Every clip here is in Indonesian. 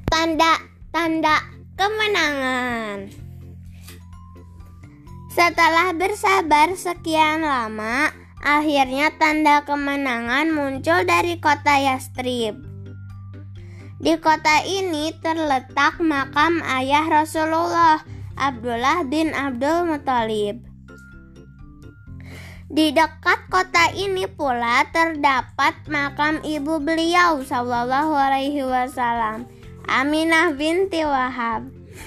Tanda-tanda kemenangan. Setelah bersabar sekian lama, akhirnya tanda kemenangan muncul dari kota Yastrib. Di kota ini terletak makam ayah Rasulullah, Abdullah bin Abdul Muthalib. Di dekat kota ini pula terdapat makam ibu beliau sallallahu alaihi wasallam, Aminah binti Wahab.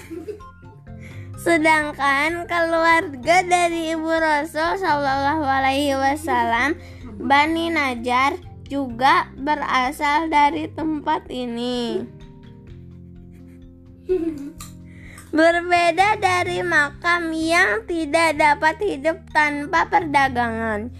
Sedangkan keluarga dari ibu Rasul sallallahu alaihi wasallam, Bani Najjar, juga berasal dari tempat ini. Berbeda dari makam yang tidak dapat hidup tanpa perdagangan,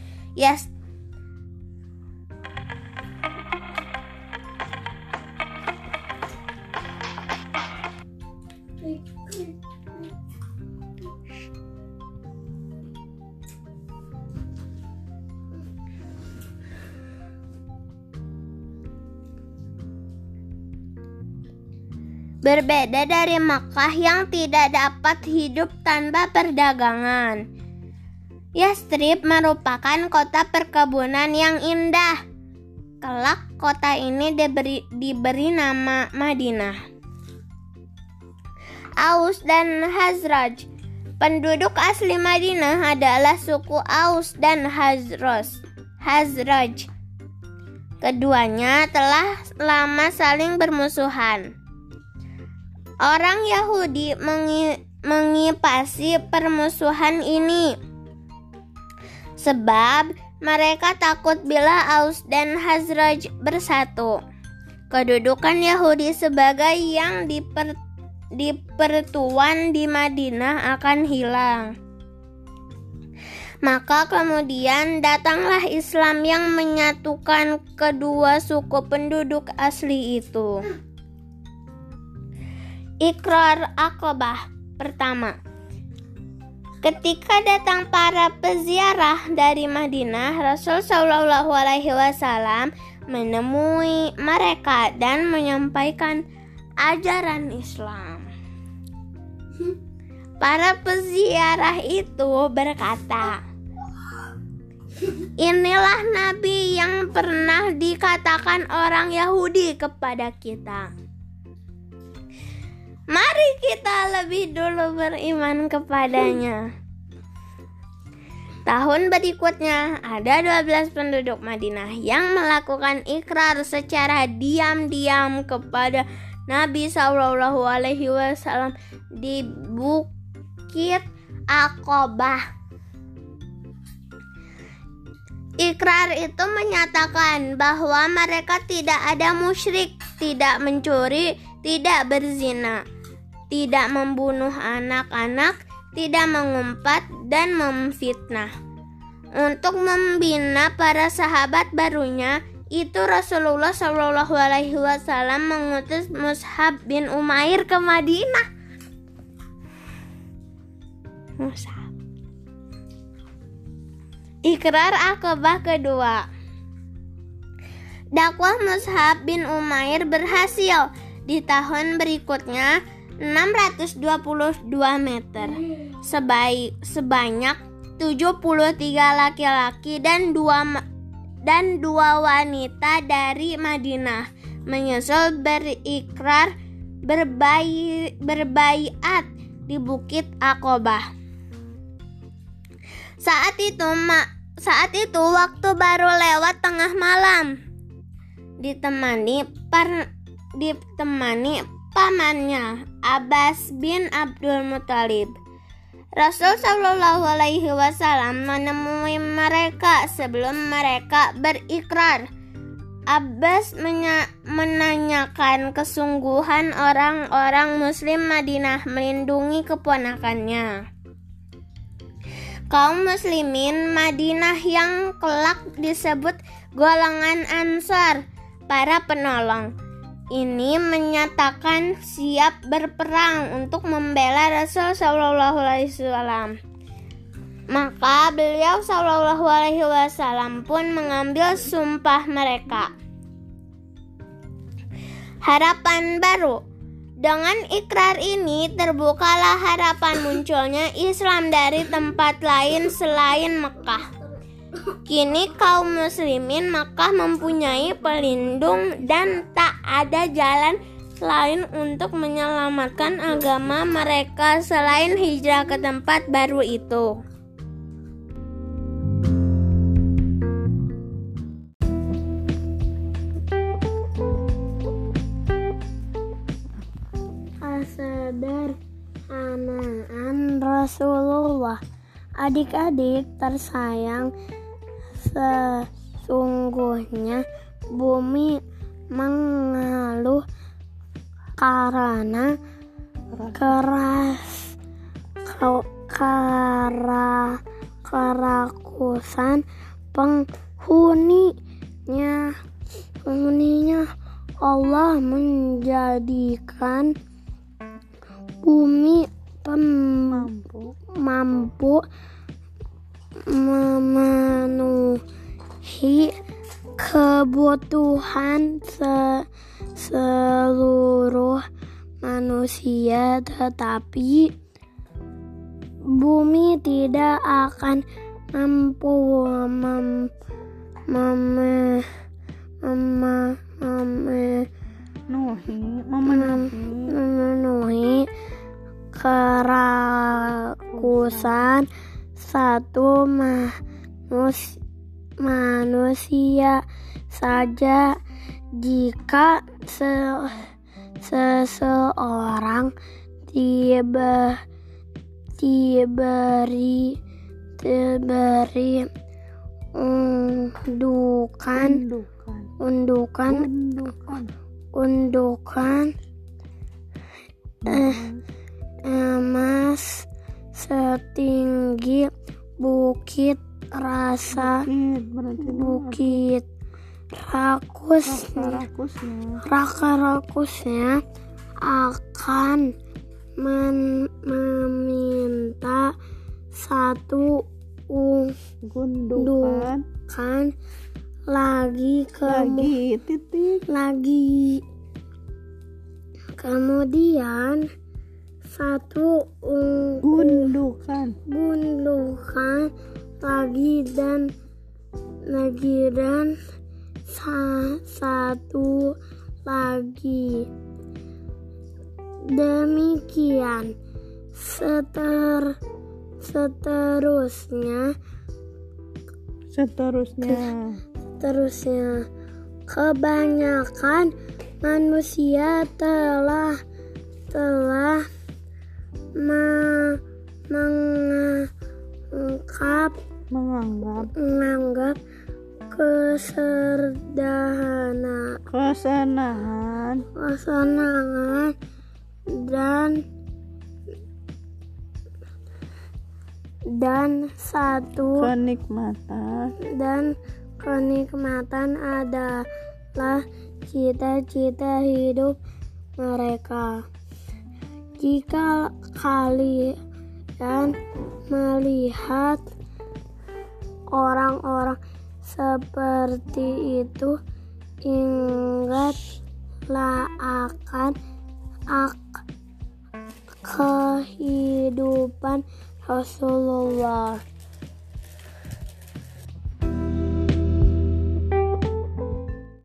Berbeda dari Makkah yang tidak dapat hidup tanpa perdagangan, Yastrib merupakan kota perkebunan yang indah. Kelak kota ini diberi nama Madinah. Aus dan Khazraj. Penduduk asli Madinah adalah suku Aus dan Khazraj. Keduanya telah lama saling bermusuhan. Orang Yahudi mengipasi permusuhan ini sebab mereka takut bila Aus dan Khazraj bersatu. Kedudukan Yahudi sebagai yang dipertuan di Madinah akan hilang. Maka kemudian datanglah Islam yang menyatukan kedua suku penduduk asli itu. Iqrar Aqabah pertama. Ketika datang para peziarah dari Madinah, Rasul Shallallahu Alaihi Wasallam menemui mereka dan menyampaikan ajaran Islam. Para peziarah itu berkata, "Inilah Nabi yang pernah dikatakan orang Yahudi kepada kita. Mari kita lebih dulu beriman kepadanya." Tahun berikutnya, ada 12 penduduk Madinah yang melakukan ikrar secara diam-diam kepada Nabi Shallallahu Alaihi Wasallam di Bukit Aqabah. Ikrar itu menyatakan bahwa mereka tidak ada musyrik, tidak mencuri, tidak berzina, tidak membunuh anak-anak, tidak mengumpat dan memfitnah. Untuk membina para sahabat barunya, itu Rasulullah Shallallahu Alaihi Wasallam mengutus Mus'ab bin Umair ke Madinah. Ikrar Aqabah kedua. Dakwah Mus'ab bin Umair berhasil. Di tahun berikutnya 622 meter. Sebanyak 73 laki-laki dan dua wanita dari Madinah menyusul berikrar berbaiat di Bukit Aqabah. Saat itu waktu baru lewat tengah malam. Ditemani pamannya Abbas bin Abdul Muthalib. Rasul Shallallahu Alaihi Wasallam menemui mereka sebelum mereka berikrar. Abbas menanyakan kesungguhan orang-orang Muslim Madinah melindungi keponakannya. Kaum muslimin Madinah yang kelak disebut golongan Ansar, para penolong, ini menyatakan siap berperang untuk membela Rasul Shallallahu Alaihi Wasallam. Maka beliau Shallallahu Alaihi Wasallam pun mengambil sumpah mereka. Harapan baru. Dengan ikrar ini terbukalah harapan munculnya Islam dari tempat lain selain Mekah. Kini kaum muslimin Makkah mempunyai pelindung dan tak ada jalan lain untuk menyelamatkan agama mereka selain hijrah ke tempat baru itu. Sederhanaan Rasulullah. Adik-adik tersayang, sesungguhnya bumi mengeluh karena kerakusan penghuninya. Allah menjadikan bumi mampu memenuhi kebutuhan seluruh manusia, tetapi bumi tidak akan mampu memenuhi kerakusan satu manusia saja. Jika seseorang diberi undukan emas setinggi bukit rakusnya akan meminta satu gundukan lagi. Kemudian satu gundukan lagi dan satu lagi. Demikian seterusnya. Kebanyakan manusia telah menganggap kesenangan dan satu kenikmatan adalah cita-cita hidup mereka. Jika kalian melihat orang-orang seperti itu, ingatlah akan kehidupan Rasulullah.